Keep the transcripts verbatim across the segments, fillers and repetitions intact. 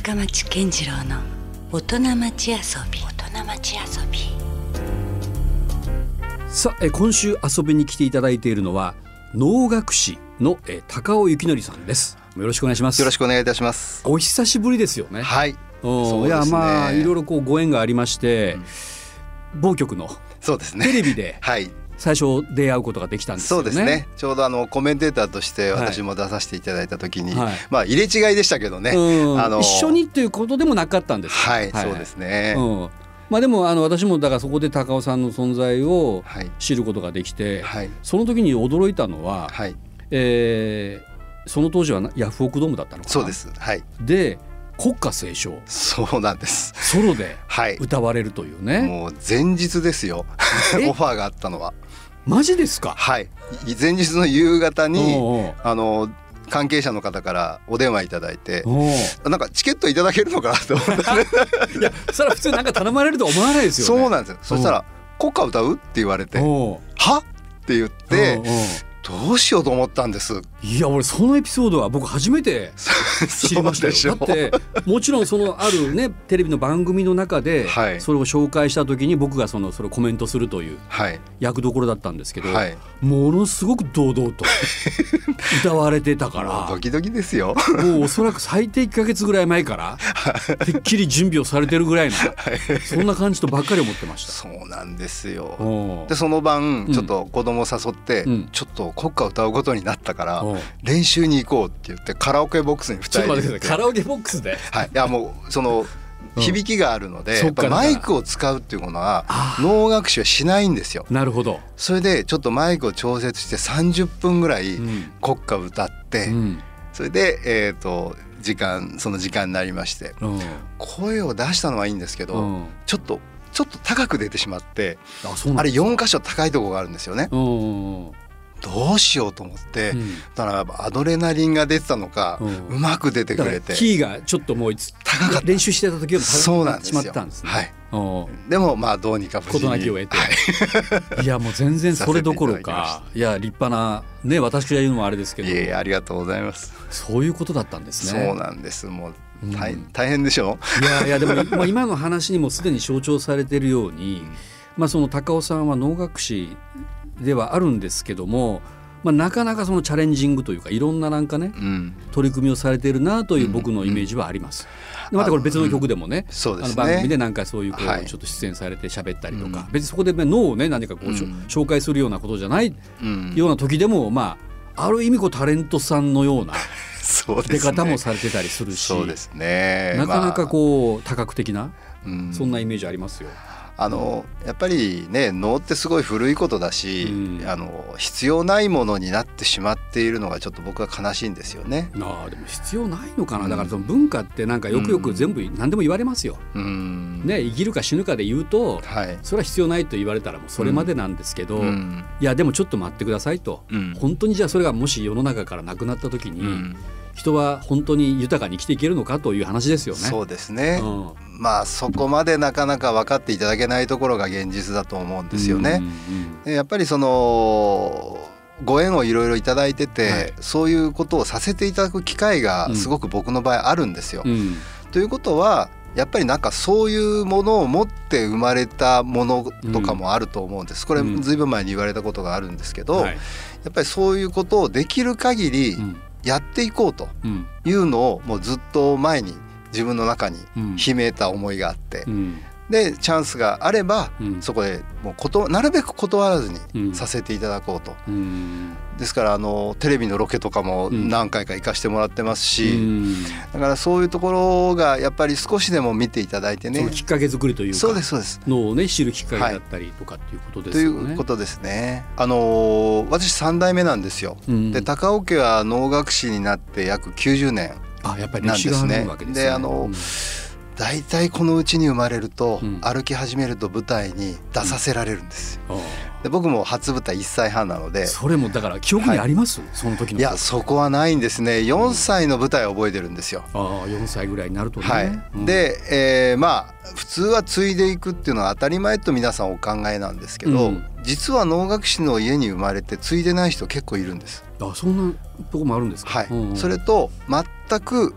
深町健次郎の大人町遊び大人町遊び。 さあ、え今週遊びに来ていただいているのは能楽師のえ高尾幸則さんです。よろしくお願いします。 よろしくお願いいたします。 お久しぶりですよね。 はい、 そうですね。いや、まあいろいろこうご縁がありまして、うん、某局のそうですね、 テレビではい最初出会うことができたんですよね。 そうですね。ちょうどあのコメンテーターとして私も出させていただいた時に、 はい、 まあ入れ違いでしたけどね、うん、あの一緒にということでもなかったんです。 はい、はい、そうですね、うん、 まあ、でもあの私もだからそこで高尾さんの存在を知ることができて、はい、その時に驚いたのは、はい、えー、その当時はヤフオクドームだったのかな。 そうです、はい、 で国歌斉唱、 そうなんです、 ソロで歌われるというね、 はい、もう前日ですよオファーがあったのは。 マジですか。はい、 前日の夕方におうおうあの関係者の方からお電話いただいて、なんかチケットいただけるのかなと思っていや、それは普通なんか頼まれると思わないですよね。 そうなんですよ。そしたら国歌歌うって言われて、はって言ってどうしようと思ったんです。 いや、俺そのエピソードは僕初めて知りましたよ。だってもちろんそのあるねテレビの番組の中でそれを紹介した時に僕がそのそれをコメントするという役どころだったんですけど、はい、ものすごく堂々と歌われてたからドキドキですよ。 もうおそらく最低いっかげつぐらい前からてっきり準備をされてるぐらいのそんな感じとばっかり思ってました。 そうなんですよ。でその晩ちょっと子供誘って、うん、ちょっと国歌を歌うことになったから練習に行こうって言ってカラオケボックスにふたりで。ちょっと待ってください、カラオケボックスで、はい、いやもうその響きがあるので、うん、やっぱマイクを使うっていうものは能楽師はしないんですよ。 なるほど。 それでちょっとマイクを調節してさんじゅっぷんぐらい国歌を歌って、うん、それで、えーと、時間その時間になりまして、うん、声を出したのはいいんですけど、うん、ちょっとちょっと高く出てしまって、 あ, そうなんですか。あれよんかしょ高いところがあるんですよね。うん、どうしようと思って、うん、だからアドレナリンが出てたのか、うん、うまく出てくれてキーがちょっともう高かった。練習してた時より高くなってしまったんですね。 はい、でもまあどうにか無事に事なきを得て、はい、いやもう全然それどころかいや立派なね、私が言うのもあれですけど、 いえいえありがとうございます。 そういうことだったんですね。 そうなんです。もう 大,、うん、大変でしょ。 いやいやでも、まあ、今の話にもすでに象徴されているように、まあ、その高尾さんは能楽師ではあるんですけども、まあ、なかなかそのチャレンジングというかいろんななんかね、うん、取り組みをされているなという僕のイメージはあります。でまたこれ別の曲でもね、うん、あの番組でなんかそういうこうちょっと出演されて喋ったりとか、はい、別にそこで脳をね何かこう、うん、紹介するようなことじゃないような時でも、まあある意味こうタレントさんのような出方もされてたりするし、 そうですね、 なかなかこう多角的な、うん、そんなイメージありますよ。 あのやっぱりね能ってすごい古いことだし、うん、あの必要ないものになってしまっているのがちょっと僕は悲しいんですよね。 あでも必要ないのかな、うん、だからその文化ってなんかよくよく全部何でも言われますよ、うんね、生きるか死ぬかで言うと、はい、それは必要ないと言われたらもうそれまでなんですけど、うん、いやでもちょっと待ってくださいと、うん、本当にじゃあそれがもし世の中からなくなった時に、うん人は本当に豊かに生きていけるのかという話ですよね。 そうですね、うん、まあそこまでなかなか分かっていただけないところが現実だと思うんですよね、うんうん、やっぱりそのご縁をいろいろいただいてて、はい、そういうことをさせていただく機会がすごく僕の場合あるんですよ、うん、ということはやっぱりなんかそういうものを持って生まれたものとかもあると思うんです。これずいぶん前に言われたことがあるんですけど、うんはい、やっぱりそういうことをできる限り、うんやっていこうというのをもうずっと前に自分の中に秘めた思いがあって、うん、でチャンスがあれば、うん、そこでもうことなるべく断らずにさせていただこうと、うん、ですからあのテレビのロケとかも何回か行かしてもらってますし、うん、だからそういうところがやっぱり少しでも見ていただいてね、 そのきっかけ作りというか、 そうですそうです脳をね知るきっかけだったりとかっていうことですよね、 はい、ということですね。あの私さん代目なんですよ、うん、で高尾家は能楽師になって約きゅうじゅうねんなんですね。 あやっぱり歴史があるわけですね。 であの、うん大体このうちに生まれると、うん、歩き始めると舞台に出させられるんです、うん、で僕も初舞台いっさいはんなので、 それもだから記憶にあります、はい、その時の。 いやそこはないんですね。よんさいの舞台を覚えてるんですよ。 あよんさいぐらいになるとね、 はいうん、で、えー、まあ普通は継いでいくっていうのは当たり前と皆さんお考えなんですけど、うん、実は能楽師の家に生まれて継いでない人結構いるんです。 あそんなとこもあるんですか。 はい、うんうん、それと全く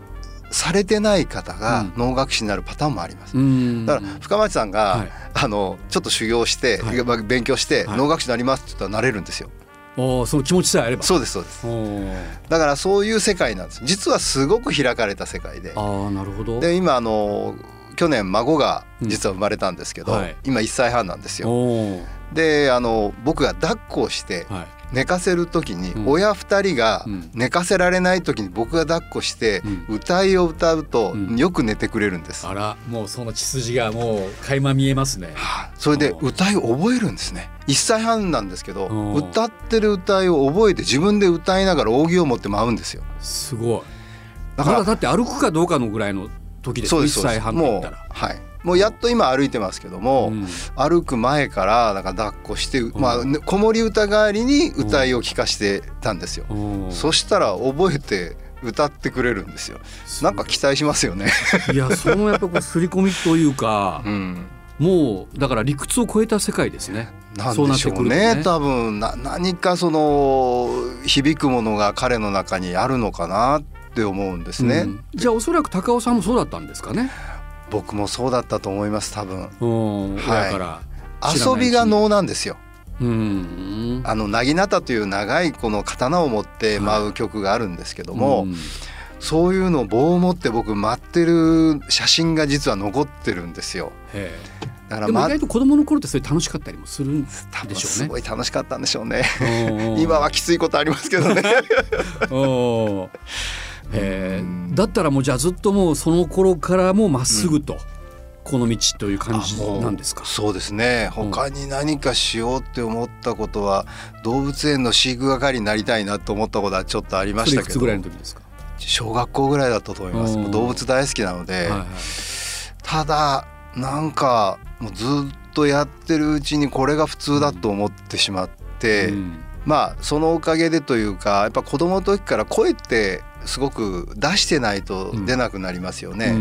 されてない方が能楽師になるパターンもあります、うん、だから深町さんが、はい、あのちょっと修行して、はい、勉強して能楽師になりますって言ったらなれるんですよ。 おその気持ちさえあれば。 そうですそうです。だからそういう世界なんです。実はすごく開かれた世界で。 あ、なるほど。 で今あの去年孫が実は生まれたんですけど、うんはい、今いっさいはんなんですよ。であの僕が抱っこをして寝かせる時に、親ふたりが寝かせられない時に僕が抱っこして歌いを歌うとよく寝てくれるんです、 うん、あらもうその血筋がもう垣間見えますね、 はあ、それで歌いを覚えるんですね。いっさいはんなんですけど歌ってる歌いを覚えて自分で歌いながら扇を持って舞うんですよ。 すごい。だからまだだって歩くかどうかのぐらいの時ですよ。いっさいはんって言ったらもう、はい、もうやっと今歩いてますけども、うん、歩く前からなんか抱っこして、うんまあ、子守歌代わりに歌いを聞かしてたんですよ、うん、そしたら覚えて歌ってくれるんですよ。なんか期待しますよね。 いやそのやっぱこう刷り込みというか、うん、もうだから理屈を超えた世界ですね。 なんでしょう ね, ね多分な何かその響くものが彼の中にあるのかなって思うんですね、うん、 じゃあおそらく高尾さんもそうだったんですかね。 僕もそうだったと思います多分。 はい、から遊びが能なんですよ。 うんあの薙刀という長いこの刀を持って舞う曲があるんですけども、はい、そういうのを棒を持って僕舞ってる写真が実は残ってるんですよ。へだから、ま、でも意外と子供の頃ってそれ楽しかったりもするんでしょうね。 すごい楽しかったんでしょうね。今はきついことありますけどね。 おえー、だったらもうじゃあずっともうその頃からもまっすぐと、うん、この道という感じなんですか。 そうですね。他に何かしようって思ったことは、うん、動物園の飼育係になりたいなと思ったことはちょっとありましたけど。それいくつぐらいの時ですか。小学校ぐらいだったと思います。動物大好きなので、はいはい、ただなんかもうずっとやってるうちにこれが普通だと思ってしまって、うん、まあそのおかげでというかやっぱ子供の時から声ってすごく出してないと出なくなりますよね、うん、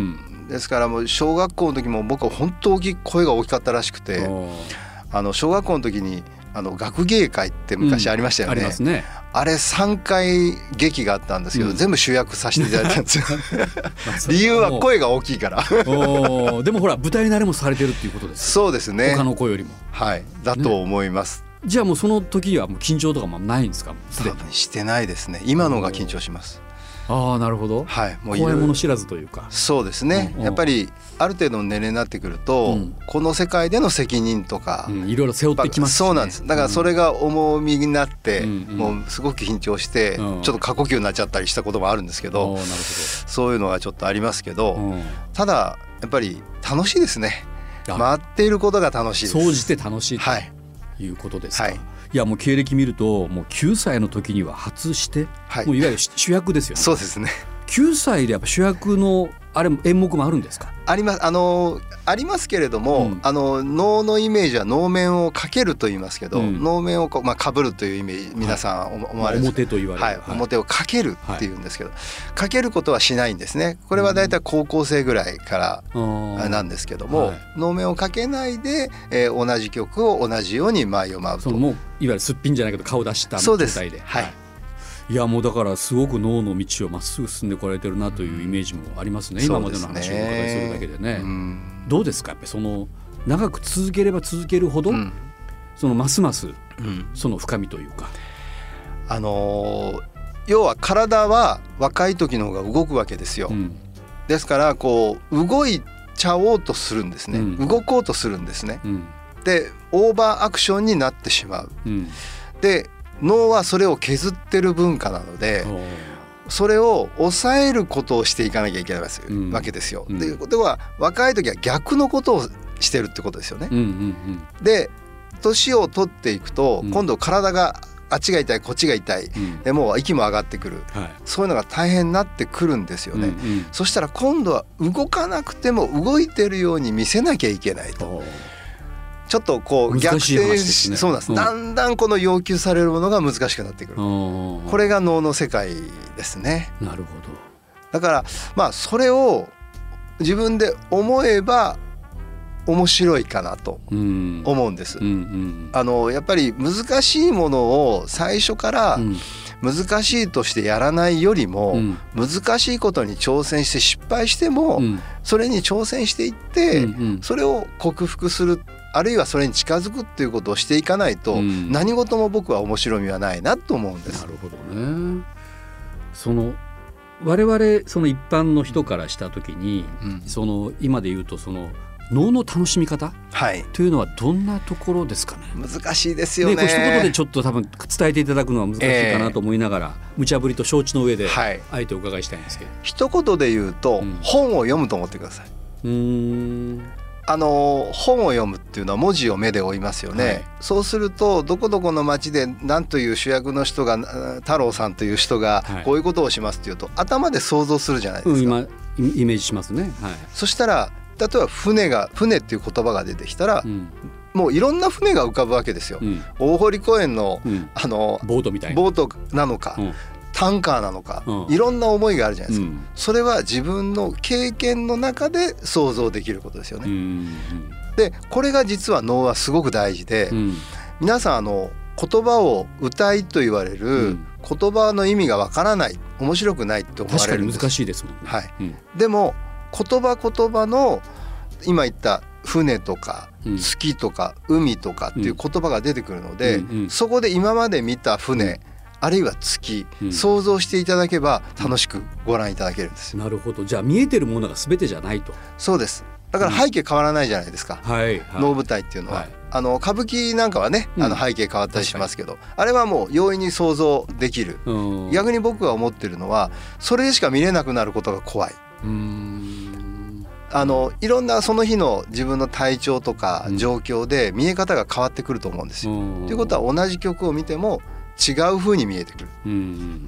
ですからもう小学校の時も僕は本当に声が大きかったらしくて、あの小学校の時にあの学芸会って昔ありましたよね、うん、ありますね。あれさんかい劇があったんですけど、うん、全部主役させていただいたんですよ。理由は声が大きいから。 おでもほら舞台慣れもされてるっていうことです。 そうですね。 他の子よりも。 はい、だと思います、ね。 じゃあもうその時はもう緊張とかもないんですか。 多分してないですね。今のが緊張します。 ああなるほど、 はい、 もう怖いもの知らずというか。 そうですね、うんうん、やっぱりある程度の年齢になってくると、うん、この世界での責任とか、うん、 いろいろ背負ってきますしね。 そうなんです。だからそれが重みになって、うん、もうすごく緊張して、うん、ちょっと過呼吸になっちゃったりしたこともあるんですけど、うん、なるほどそういうのがちょっとありますけど、うん、ただやっぱり楽しいですね。待っていることが楽しいです。 総じて楽しいということですか。はいはい、いやもう経歴見るともうきゅうさいの時には初して、はい、もういわゆる主役ですよね。 そうですね。 きゅうさいでやっぱ主役のあれ演目もあるんですか。 あります。あのありますけれども、うん、あの能のイメージは能面をかけると言いますけど、うん、能面をこう、まあ、かぶるというイメージ皆さん思われる、 はい、表と言われる、 はいはい、表をかけるっていうんですけど、はい、かけることはしないんですね。これはだいたい高校生ぐらいからなんですけども、はい、能面をかけないで、えー、同じ曲を同じように舞を舞うと。 そのもういわゆるすっぴんじゃないけど顔出した状態で。そうです。はい。いやもうだからすごく能の道をまっすぐ進んでこられてるなというイメージもありますね、うん、今までの話をお伺いするだけでね、うん、どうですかやっぱりその長く続ければ続けるほど、うん、そのますますその深みというか、 あのー、要は体は若い時の方が動くわけですよ、うん、ですからこう動いちゃおうとするんですね、うん、動こうとするんですね、うん、でオーバーアクションになってしまう、うん、で能はそれを削ってる文化なのでそれを抑えることをしていかなきゃいけないわけですよ、うん、ということは若い時は逆のことをしてるってことですよね、うんうんうん、で年を取っていくと今度体があっちが痛いこっちが痛い、うん、でもう息も上がってくる、はい、そういうのが大変になってくるんですよね、うんうん、そしたら今度は動かなくても動いてるように見せなきゃいけないと。ちょっとこう逆転し、ね、そうなんです、うん、だんだんこの要求されるものが難しくなってくる。これが能の世界ですね。 なるほど。 だからまあそれを自分で思えば面白いかなと思うんです。 うんうん、 あのやっぱり難しいものを最初から難しいとしてやらないよりも、うん、難しいことに挑戦して失敗しても、うん、それに挑戦していって、うんうん、それを克服する、あるいはそれに近づくっていうことをしていかないと、うん、何事も僕は面白みはないなと思うんです。 なるほどね。その我々その一般の人からしたときに、うん、その今で言うとその能の楽しみ方、はい、というのはどんなところですかね。 難しいですよね。 ね、こう一言でちょっと多分伝えていただくのは難しいかなと思いながら、えー、無茶ぶりと承知の上であえてお伺いしたいんですけど、はい、 一言で言うと、うん、本を読むと思ってください。 うーんあの本を読むっていうのは文字を目で追いますよね、はい、そうするとどこどこの町で何という主役の人が太郎さんという人がこういうことをしますっていうと、はい、頭で想像するじゃないですか、 うん、今イメージしますね、はい、 そしたら例えば船が船っていう言葉が出てきたら、うん、もういろんな船が浮かぶわけですよ、うん、大堀公園の、うん、あのボートみたいなボートなのか、うん、タンカーなのか、うん、いろんな思いがあるじゃないですか、うん、それは自分の経験の中で想像できることですよね、うん、でこれが実は能はすごく大事で、うん、皆さんあの言葉を歌いと言われる、うん、言葉の意味がわからない、面白くないって思われるんです。 確かに難しいですもんね、 はい、うん、でも言葉言葉の今言った船とか月とか海とかっていう言葉が出てくるので、うんうんうん、そこで今まで見た船あるいは月、うん、想像していただけば楽しくご覧いただけるんです。 なるほど。じゃあ見えてるものが全てじゃないと。 そうです。だから背景変わらないじゃないですか、うん、はいはい、能舞台っていうのは、はい、あの歌舞伎なんかはね、あの背景変わったりしますけど、うん、あれはもう容易に想像できる、うん、逆に僕が思ってるのはそれでしか見れなくなることが怖い。うーん、あのいろんなその日の自分の体調とか状況で見え方が変わってくると思うんですよ、うん、ということは同じ曲を見ても違う風に見えてくる、うん、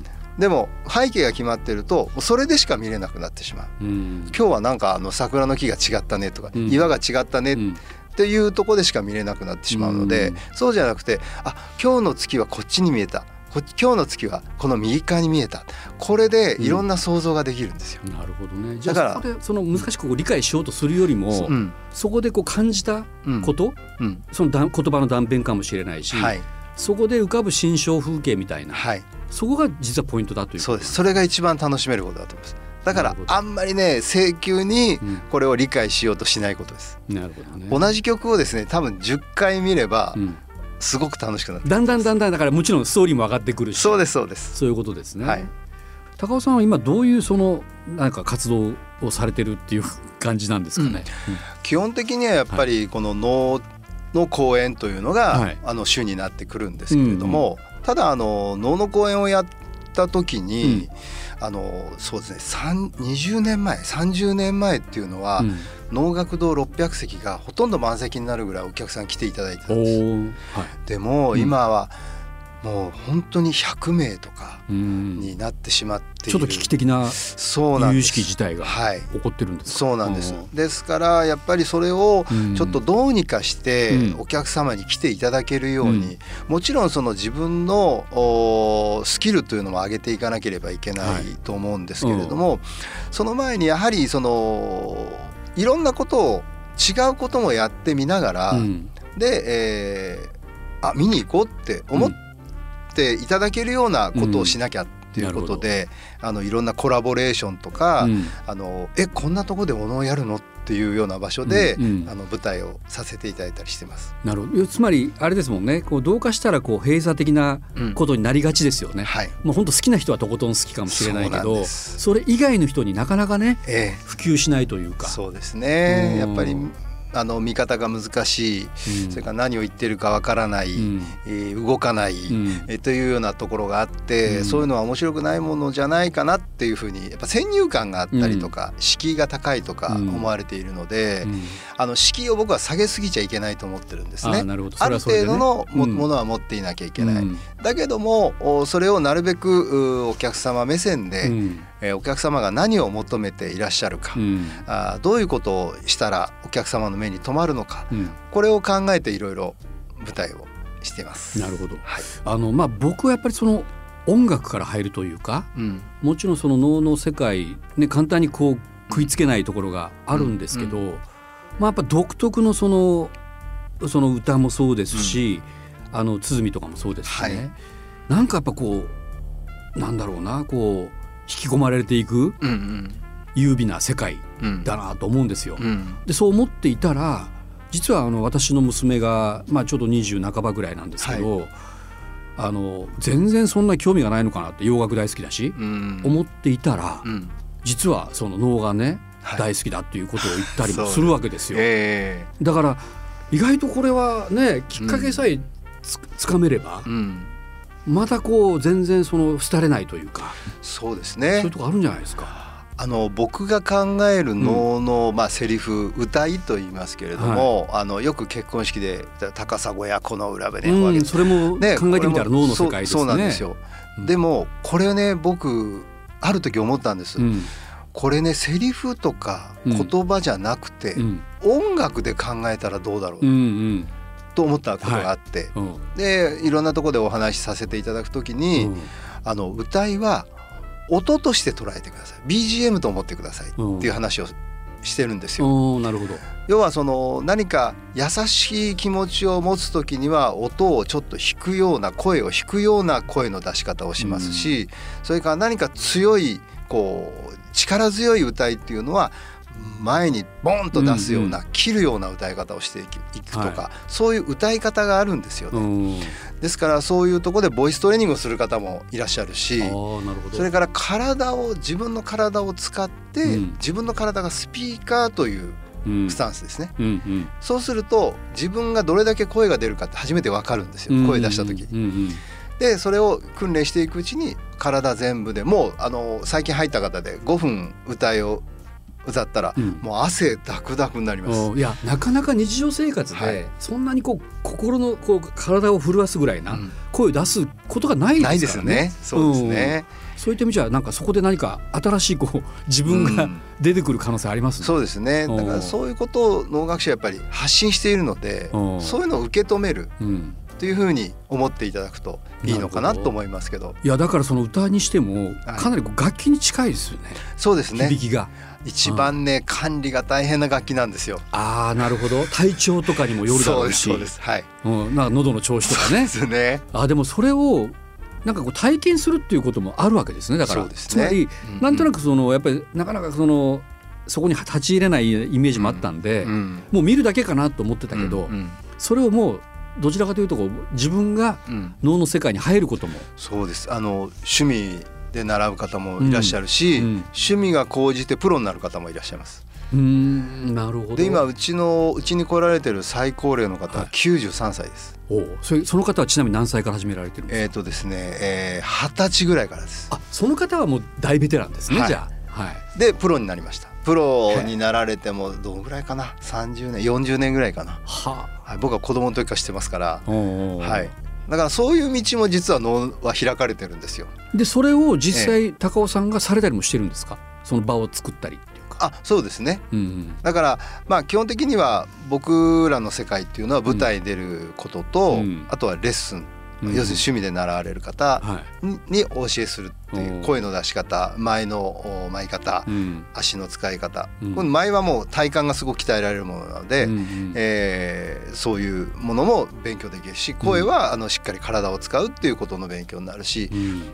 でも背景が決まってるとそれでしか見れなくなってしまう、うん、今日はなんかあの桜の木が違ったねとか、うん、岩が違ったねっていうところでしか見れなくなってしまうので、うん、そうじゃなくて、あ、今日の月はこっちに見えた、こ今日の月はこの右側に見えた、これでいろんな想像ができるんですよ、 うん、なるほどね。じゃあだからそこでその難しくこう理解しようとするよりも、うん、そこでこう感じたこと、うんうん、その言葉の断片かもしれないし、はい、そこで浮かぶ心象風景みたいな、はい、そこが実はポイントだという。 そうです。それが一番楽しめることだと思います。だからあんまりね請求にこれを理解しようとしないことです、うん、なるほどね。同じ曲をですね多分じゅっかい見れば、うん、すごく楽しくなってだんだんだんだんだからもちろんストーリーも上がってくるし。 そうですそうです。 そういうことですね、はい、高尾さんは今どういうそのなんか活動をされてるっていう感じなんですかね、 うんうん、基本的にはやっぱりこの能の公演というのが、はい、あの主になってくるんですけれども、うんうん、ただあの能の公演をやった時に、うん、あのそうですねにじゅうねんまえさんじゅうねんまえっていうのは、うん、能楽堂ろっぴゃくせきがほとんど満席になるぐらいお客さん来ていただいてたんです、はい、でも今はもう本当にひゃくめいとかになってしまっている、 ちょっと危機的な由々しき事態が起こってるんですか。 そうなんです。ですからやっぱりそれをちょっとどうにかしてお客様に来ていただけるように、うん、もちろんその自分のスキルというのも上げていかなければいけないと思うんですけれども、はい、その前にやはりそのいろんなことを違うこともやってみながら、うん、で、えー、あ見に行こうって思って、うんていただけるようなことをしなきゃっていうことで、うん、あのいろんなコラボレーションとか、うん、あのえこんなとこでお能をやるのっていうような場所で、うんうん、あの舞台をさせていただいたりしてます。 なるほど。つまりあれですもんね、こう同化したらこう閉鎖的なことになりがちですよね、うん、はい、もう本当好きな人はとことん好きかもしれないけど そ, それ以外の人になかなかね、ええ、普及しないというか。 そうですね、やっぱりあの見方が難しい、うん、それから何を言ってるかわからない、うん、えー、動かない、うん、えー、というようなところがあって、うん、そういうのは面白くないものじゃないかなっていうふうにやっぱ先入観があったりとか、うん、敷居が高いとか思われているので、うん、あの敷居を僕は下げすぎちゃいけないと思ってるんですね。 あ, なるほど、ある程度の も,、うん、ものは持っていなきゃいけない、うん、だけどもそれをなるべくお客様目線で、うん、えー、お客様が何を求めていらっしゃるか、うん、あどういうことをしたらお客様の目に留まるのか、うん、これを考えていろいろ舞台をしています。 なるほど、はい、あのまあ、僕はやっぱりその音楽から入るというか、うん、もちろんその能の世界、ね、簡単にこう食いつけないところがあるんですけど、うんうん、 まあ、やっぱ独特のそのその歌もそうですし、うん、あの鼓とかもそうですしね、はい、なんかやっぱこうなんだろうなこう引き込まれていく優美な世界だなと思うんですよ、うんうん、でそう思っていたら実はあの私の娘が、まあ、ちょうどにじゅう半ばぐらいなんですけど、はい、あの全然そんな興味がないのかなって洋楽大好きだし、うん、思っていたら、うん、実はその能がね、はい、大好きだっていうことを言ったりもするわけですよ、えー、だから意外とこれはねきっかけさえ つ,、うん、つかめれば、うん、またこう全然その廃れないというかそうですねそういうとこあるんじゃないですか。 あの僕が考える能の、うんまあ、セリフ歌いと言いますけれども、はい、あのよく結婚式で高砂やこの裏船、 うん、それも考えてみたら能の世界ですね。 そうなんですよ、うん、でもこれね僕ある時思ったんです、うん、これねセリフとか言葉じゃなくて、うん、音楽で考えたらどうだろう、うんうんと思ったことがあって、はいうん、でいろんなところでお話しさせていただくときに、うん、あの歌いは音として捉えてください ビージーエム と思ってくださいっていう話をしてるんですよ、 うん、なるほど。 要はその何か優しい気持ちを持つときには音をちょっと引くような声を引くような声の出し方をしますし、うん、それから何か強いこう力強い歌いっていうのは前にボンと出すような、うんうん、切るような歌い方をしていくとか、はい、そういう歌い方があるんですよね、うん、ですからそういうところでボイストレーニングをする方もいらっしゃるし、あー、なるほど。それから体を自分の体を使って、うん、自分の体がスピーカーというスタンスですね、うんうんうん、そうすると自分がどれだけ声が出るかって初めて分かるんですよ、うんうん、声出した時、うんうん、でそれを訓練していくうちに体全部でもうあの最近入った方でごふん歌いを歌ったら、うん、もう汗ダクダクになります。 いやなかなか日常生活でそんなにこう心のこう体を震わすぐらいな声を出すことがないですからね。 ないですよね。そうですね、 うん、そういった意味じゃなんかそこで何か新しいこう自分が出てくる可能性ありますね、 うん、そうですね。だからそういうことを能楽師はやっぱり発信しているのでそういうのを受け止める、うんというふうに思っていただくといいのかなと思いますけど。 いやだからその歌にしてもかなりこう楽器に近いですよね、はい、 そうですね。 響きが一番ね、うん、管理が大変な楽器なんですよ。 ああなるほど。体調とかにもよるだろうしそうですそうです、はい、 うん、なんか喉の調子とかね。 そうですね。 あでもそれをなんかこう体験するっていうこともあるわけですね。だからそうですね。つまり、うんうん、なんとなくそのやっぱりなかなかそのそこに立ち入れないイメージもあったんで、うんうん、もう見るだけかなと思ってたけど、うんうん、それをもうどちらかというとこう自分が能の世界に入ることも、うん、 そうです。あの趣味で習う方もいらっしゃるし、うんうん、趣味が高じてプロになる方もいらっしゃいます。 うーんなるほど。 で今うちのうちに来られてる最高齢の方はきゅうじゅうさんさいです、 はい、おそれその方はちなみに何歳から始められてるんですか。 えーとですね、えー、はたちぐらいからです。 あその方はもう大ベテランですね、はい、じゃあ、はい、 でプロになりました。プロになられてもどのぐらいかなさんじゅうねんよんじゅうねんぐらいかな、はあはい、僕は子供の時から知ってますから、はい、だからそういう道も実は能は開かれてるんですよ。 でそれを実際高尾さんがされたりもしてるんですか。その場を作ったりっていうか。 あそうですね、うんうん、だからまあ基本的には僕らの世界っていうのは舞台に出ることと、うん、あとはレッスン、うん、要するに趣味で習われる方にお教えするっていう、はい、声の出し方、舞の舞い方、うん、足の使い方、うん、この舞はもう体幹がすごく鍛えられるものなので、うんうんえー、そういうものも勉強できるし、声はあのしっかり体を使うっていうことの勉強になるし、うん、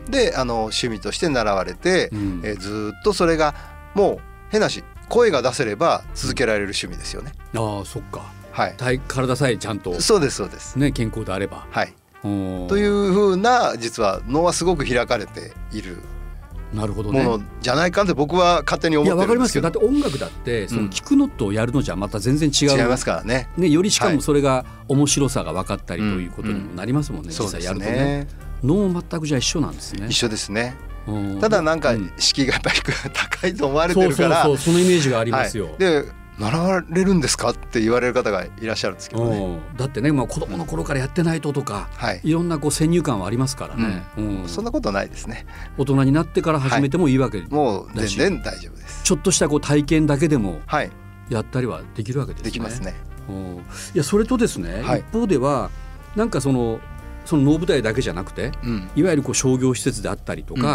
であの趣味として習われて、うんえー、ずっとそれがもう変なし声が出せれば続けられる趣味ですよね。 ああそっか、 はい、 体, 体さえちゃんとそうですそうです、 ね、健康であれば、 はいというふうな実は能はすごく開かれているものじゃないかって僕は勝手に思ってるんですけど。 いやわかりますよ。だって音楽だってその聞くのとやるのじゃまた全然違う、 違いますからね。 ねよりしかもそれが面白さが分かったりということにもなりますもんね、うんうん、実際やるとね。能も全くじゃあ一緒なんですね。 一緒ですね。ただなんか敷居がやっぱり高いと思われてるから、 そうそうそうそのイメージがありますよ、 はい、で習われるんですかって言われる方がいらっしゃるんですけどね。 だってね、まあ、子供の頃からやってないととか、はい、いろんなこう先入観はありますからね、 うんうん、そんなことないですね。 大人になってから始めてもいいわけだし、はい、 もう全然大丈夫です。 ちょっとしたこう体験だけでもやったりはできるわけですね。 できますね。 いやそれとですね、はい、一方ではなんかそのその能舞台だけじゃなくて、うん、いわゆるこう商業施設であったりとか、うんうん、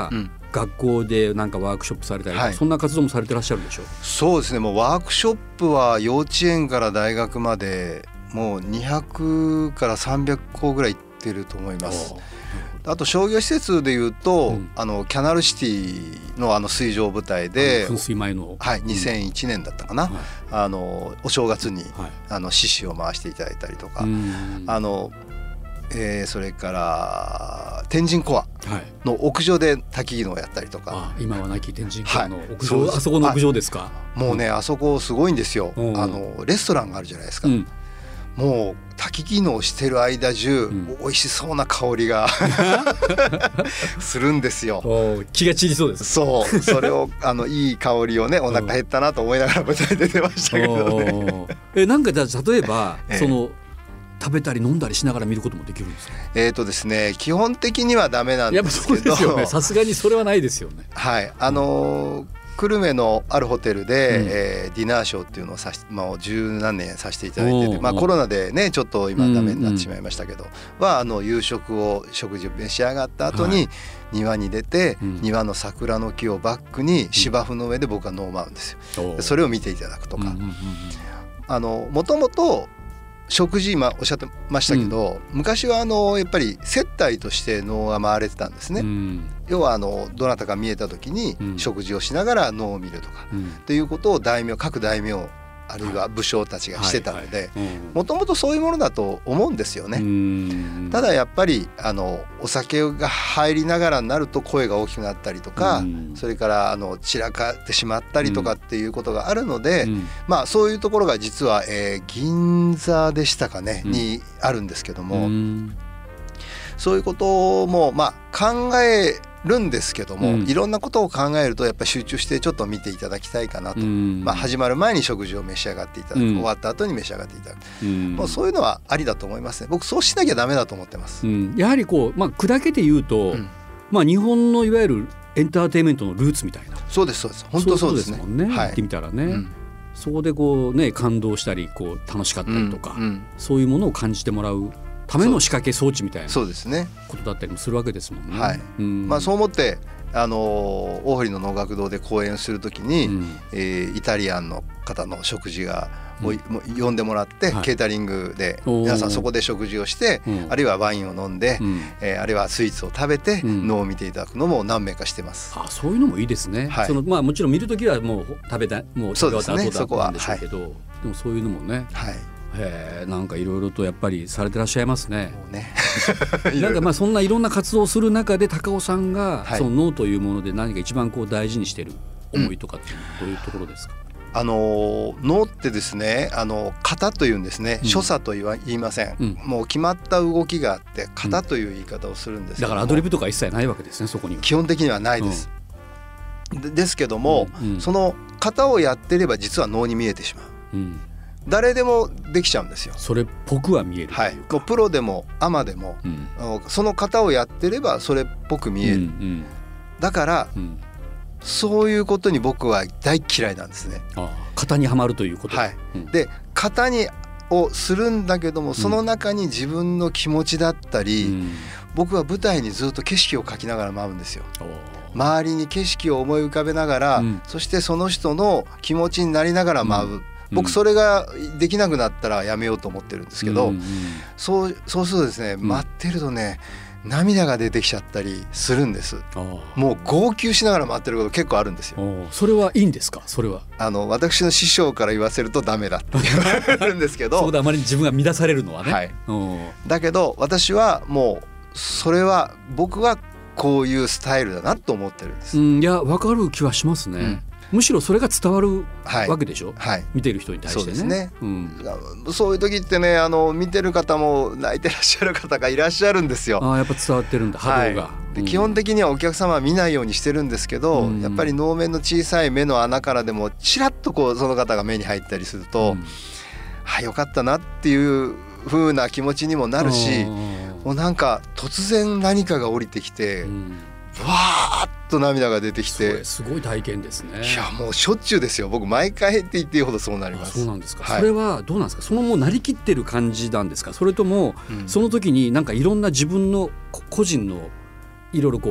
学校でなんかワークショップされたりとか、はい、そんな活動もされてらっしゃるでしょう。 そうですね、もうワークショップは幼稚園から大学までもうにひゃくからさんびゃくこぐらい行ってると思います。あと商業施設でいうと、うん、あのキャナルシティのあの水上舞台で噴水前の、 はい、にせんいちねんだったかな、うん、あのお正月に、はい、あの獅子を回していただいたりとか、あの、えー、それから天神コアの屋上で滝技能をやったりとか、 あ今はなき天神コアの屋上、はい、あそこの屋上ですか。 もうね、あそこすごいんですよ。あのレストランがあるじゃないですか、うん、もう滝技能してる間中、うん、美味しそうな香りがするんですよ。 気が散りそうです。 そうそれをあのいい香りをね、お腹減ったなと思いながら舞台で出ましたけどね。 えなんかじゃあ例えば、ええ、その食べたり飲んだりしながら見ることもできるんですか。 えーとですね、基本的にはダメなんですけど、 さすがにそれはないですよね。 はい、あのー久留米のあるホテルで、うんえー、ディナーショーっていうのをさし、まあ、十何年させていただいてて、まあ、コロナでねちょっと今ダメになってしまいましたけど、うんうん、はあの夕食を食事を召し上がった後に庭に出て、はい、庭の桜の木をバックに芝生の上で僕は飲まうんですよ、うん、それを見ていただくとか、うんうんうん、あのもともと食事今おっしゃってましたけど、うん、昔はあのやっぱり接待として能が回れてたんですね、うん、要はあのどなたか見えた時に食事をしながら能を見るとか、うん、っていうことを大名各大名あるいは武将たちがしてたので、もともとそういうものだと思うんですよね。ただやっぱりあのお酒が入りながらになると声が大きくなったりとか、それからあの散らかってしまったりとかっていうことがあるので、まあそういうところが実は、えー、銀座でしたかね、にあるんですけども、そういうこともまあ考えるんですけども、うん、いろんなことを考えるとやっぱり集中してちょっと見ていただきたいかなと、まあ、始まる前に食事を召し上がっていただく、うん、終わった後に召し上がっていただく、うん、もうそういうのはありだと思いますね。僕そうしなきゃダメだと思ってます、うん、 やはりこう、まあ、砕けて言うと、うんまあ、日本のいわゆるエンターテインメントのルーツみたいな。 そうですそうです、本当そうですね。 そうですもんね、はい、言ってみたらね、うん、そこでこうね感動したりこう楽しかったりとか、うんうん、そういうものを感じてもらうための仕掛け装置みたいなことだったりもするわけですもんね。 はい、うんまあ、そう思ってあの大堀の能楽堂で公演するときに、うんえー、イタリアンの方の食事がもう、うん、呼んでもらって、はい、ケータリングで皆さんそこで食事をして、うん、あるいはワインを飲んで、うんえー、あるいはスイーツを食べて、うん、能を見ていただくのも何名かしてます。 あ、そういうのもいいですね、はいそのまあ、もちろん見るときはもう食べたもう食べ終わった後だったんでしょうけど、でもそういうのもね、はいへなんかいろいろとやっぱりされてらっしゃいますね。もうねなんかまあそんないろんな活動をする中で高尾さんがその能というもので何か一番こう大事にしている思いとかっていうのはどういうところですか。 うん、あの能ってですね、あの型というんですね、うん、所作と言わ言いません、うん、もう決まった動きがあって型という言い方をするんですけど、 だからアドリブとか一切ないわけですね。そこには基本的にはないです、うん、で, ですけども、うんうん、その型をやってれば実は能に見えてしまう、うん誰でもできちゃうんですよ。 それっぽくは見えるというか、はい、もうプロでもアマでも、うん、その型をやってればそれっぽく見える、うんうん、だから、うん、そういうことに僕は大嫌いなんですね。 ああ型にはまるということ、 はいうん、で型にをするんだけどもその中に自分の気持ちだったり、うん、僕は舞台にずっと景色を描きながら舞うんですよ。周りに景色を思い浮かべながら、うん、そしてその人の気持ちになりながら舞う、うん僕それができなくなったらやめようと思ってるんですけど、うんうん、そうそうするとですね、待ってるとね涙が出てきちゃったりするんです。もう号泣しながら待ってること結構あるんですよ。 それはいいんですか。それはあの私の師匠から言わせるとダメだって言われるんですけどそこであまり自分が乱されるのはね、 はい、だけど私はもうそれは僕はこういうスタイルだなと思ってるんです、 うん、いや分かる気はしますね、うんむしろそれが伝わるわけでしょ、はいはい、見てる人に対してね。 そうですね、うん、そういう時ってねあの見てる方も泣いてらっしゃる方がいらっしゃるんですよ。 あやっぱ伝わってるんだ波動が、はいで基本的にはお客様は見ないようにしてるんですけど、うん、やっぱり能面の小さい目の穴からでもちらっとこうその方が目に入ったりすると、うん、あよかったなっていう風な気持ちにもなるし、もうなんか突然何かが降りてきて、うんわーっと涙が出てきてすごい体験ですね。 いやもうしょっちゅうですよ。僕毎回って言っていいほどそうなります。 そうなんですか、はい、それはどうなんですか。そのもうなりきってる感じなんですか。それとも、うん、その時になんかいろんな自分の個人のいろいろこう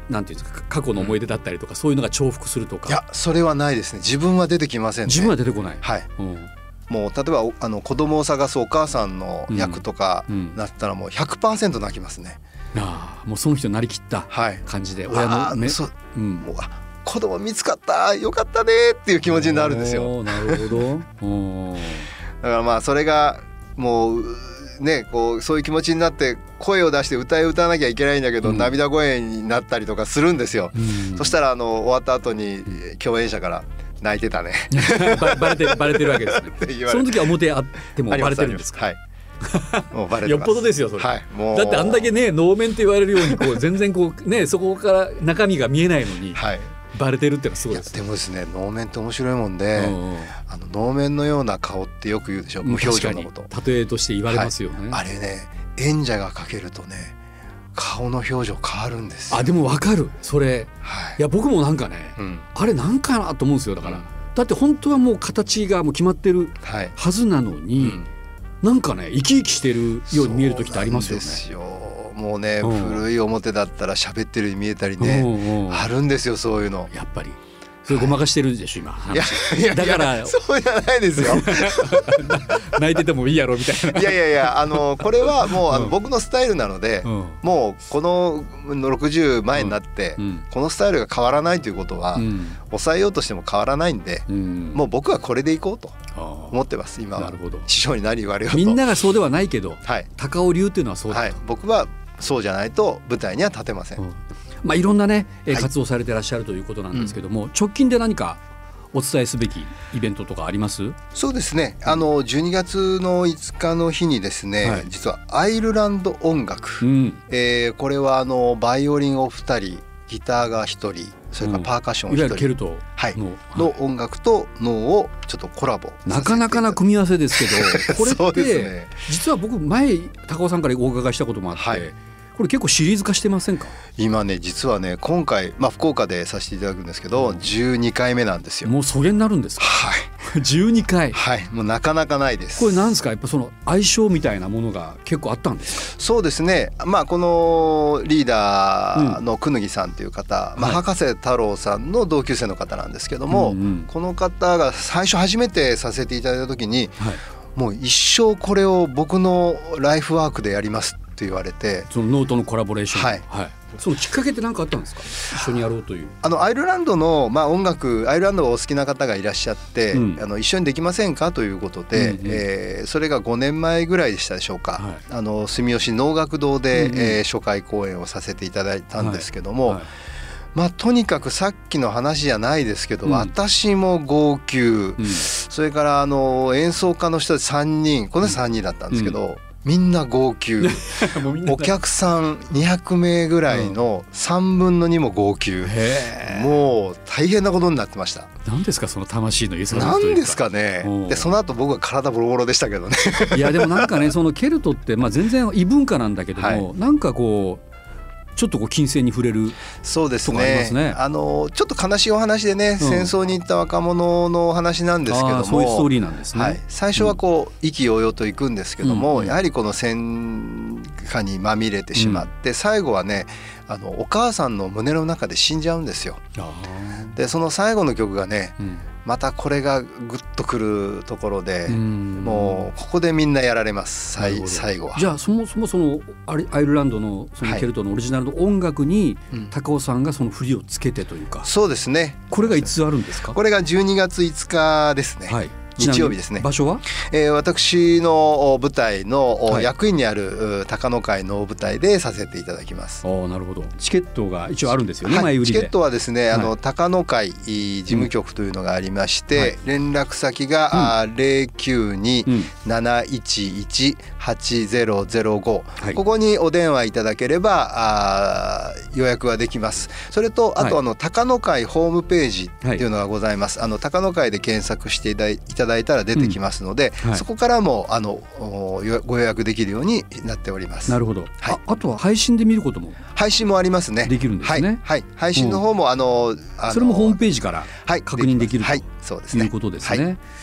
なんていうんですか、過去の思い出だったりとか、うん、そういうのが重複するとか。 いやそれはないですね。自分は出てきませんね。 自分は出てこない。 はい、 うん、 もう例えばあの子供を探すお母さんの役とかなったらもう ひゃくパーセント 泣きますね。 ああ、もうその人になりきった感じで、はい、親の目、 そう、うん、もうあ子供見つかったよかったねっていう気持ちになるんですよ。 なるほどおだからまあそれがもうね、こうそういう気持ちになって声を出して歌い歌わなきゃいけないんだけど、うん、涙声になったりとかするんですよ、うん、そしたらあの終わった後に共演者から泣いてたねバ, バレてバレてるわけですねその時は表あってもバレてるんですか。 はいもうバレてます。 よっぽどですよそれ、 はい、もうだってあんだけね能面って言われるようにこう全然こうねそこから中身が見えないのに、はい、バレてるってのはすごいです、ね、 いやでもですね能面って面白いもんで、うんうん、あの能面のような顔ってよく言うでしょ、無表情のこと。 例えとして言われますよね、 はい、あれね演者がかけるとね顔の表情変わるんですよ。 あでも分かるそれ、はい、いや僕もなんかね、うん、あれなんかなと思うんですよ。だから、うん、だって本当はもう形がもう決まってるはずなのに、はい、うん、なんかね生き生きしてるように見える時ってありますよね。 そうなんですよ。もうね、うん、古い表だったら喋ってるように見えたりね、うんうん、あるんですよそういうの。 やっぱりそれごまかしてるでしょ、はい、今いやいやだからそうじゃないですよ泣いててもいいやろみたいな。 いやいやいやあのこれはもうあの、うん、僕のスタイルなので、うん、もうこのろくじゅう前になって、うん、このスタイルが変わらないということは、うん、抑えようとしても変わらないんで、うん、もう僕はこれでいこうと思ってます今は。なるほど。師匠に何言われようと。 みんながそうではないけど、はい、高尾流っていうのはそうだと、はい、 僕はそうじゃないと舞台には立てません、うん、 まあ、いろんなね、えー、活動されてらっしゃるということなんですけども、うん、直近で何かお伝えすべきイベントとかあります？ そうですね、あのじゅうにがつのいつかの日にですね、はい、実はアイルランド音楽、うん、えー、これはあのバイオリンをふたりギターがひとりそれからパーカッションをひとり、うん、いわゆるケルトの、はい、の音楽と能をちょっとコラボさせていただいて、 なかなかな組み合わせですけどこれって、ね、実は僕前高尾さんからお伺いしたこともあって、はい、これ結構シリーズ化してませんか？ 今ね実はね今回、まあ、福岡でさせていただくんですけど、うん、じゅうにかいめなんですよ。 もうそげになるんですか？ はいじゅうにかい、 はい、もうなかなかないです。 これなんですか、やっぱその相性みたいなものが結構あったんですか？ そうですね、まあ、このリーダーの久貫さんという方、うん、まあ、博士太郎さんの同級生の方なんですけども、うんうん、この方が最初初めてさせていただいた時に、はい、もう一生これを僕のライフワークでやりますって言われて、 そのノートのコラボレーション、 はいはい、そのきっかけって何かあったんですか？一緒にやろうという。 あのアイルランドの、まあ、音楽アイルランドがお好きな方がいらっしゃって、うん、あの一緒にできませんかということで、うんうん、えー、それがごねんまえぐらいでしたでしょうか、はい、あの住吉能楽堂で、うんうん、えー、初回公演をさせていただいたんですけども、はいはい、まあ、とにかくさっきの話じゃないですけど、うん、私も号泣、うん、それからあの演奏家の人さんにん、このさんにんだったんですけど、うんうん、みんな号泣お客さんにひゃくめいぐらいのさんぶんのにも号泣、うん、もう大変なことになってました。 何ですかその魂の揺さぶりというか。 何ですかね。でその後僕は体ボロボロでしたけどねいやでもなんかねそのケルトって、まあ、全然異文化なんだけども、はい、なんかこうちょっとこう金銭に触れる。 そうですね。ありますね。あのちょっと悲しいお話でね、うん、戦争に行った若者のお話なんですけども、 そういうストーリーなんですね。はい、 最初はこう、うん、意気揚々と行くんですけども、うん、やはりこの戦火にまみれてしまって、うん、最後はね、あのお母さんの胸の中で死んじゃうんですよ。でその最後の曲がね、うん、またこれがグッとくるところで、もうここでみんなやられます。最後は。 じゃあそもそもそのアイルランドのそのケルトのオリジナルの音楽に高尾さんがその振りをつけてというか、うん、そうですね。これがいつあるんですか？ これがじゅうにがついつかですね。はい、日曜日ですね。 場所は、 えー、私の舞台の役員にある高野会の舞台でさせていただきます。 あ、なるほど。チケットが一応あるんですよね、 はい、 前売りで。 チケットはですね、あの、はい、高野会事務局というのがありまして、うん、はい、連絡先が、うん、ゼロきゅうに なないちいち はちゼロゼロご、はい、ここにお電話いただければあ予約はできます。それとあと、あの高野会ホームページっていうのがございます。はい、あの高野会で検索していただいただいたら出てきますので、うん、はい、そこからもあのご予約できるようになっております。 なるほど。はい、あ, あとは配信で見ることも配信もありますね。 できるんですね。はい、 はい、配信の方も、うん、あのあのそれもホームページから確認できる、 はい、はい、そうですね、 いうことですね。はい、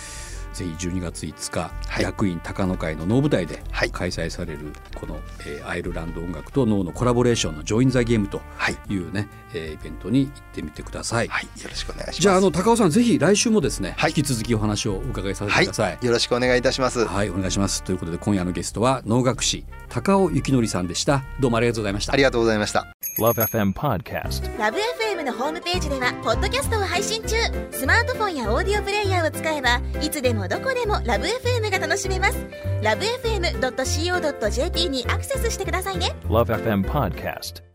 ぜひじゅうにがついつか、 はい、 役員高野会の能舞台で開催されるこの、えー、アイルランド音楽と能のコラボレーションのジョインザゲームというね、はい、えー、イベントに行ってみてください。 はい、よろしくお願いします。 じゃあ、あの高尾さんぜひ来週もですね、はい、引き続きお話をお伺いさせてください。 はい、よろしくお願いいたします。 はい、お願いします。ということで今夜のゲストは能楽師高尾幸則さんでした。どうもありがとうございました。 ありがとうございました。 ラブエフエム Podcast。 ラブ エフエム のホームページではポッドキャストを配信中。スマートフォンやオーディオプレイヤーを使えばいつでもどこでもラブ エフエム が楽しめます。 ラブエフエムドットシーオードットジェーピー にアクセスしてくださいね。 ラブエフエム Podcast。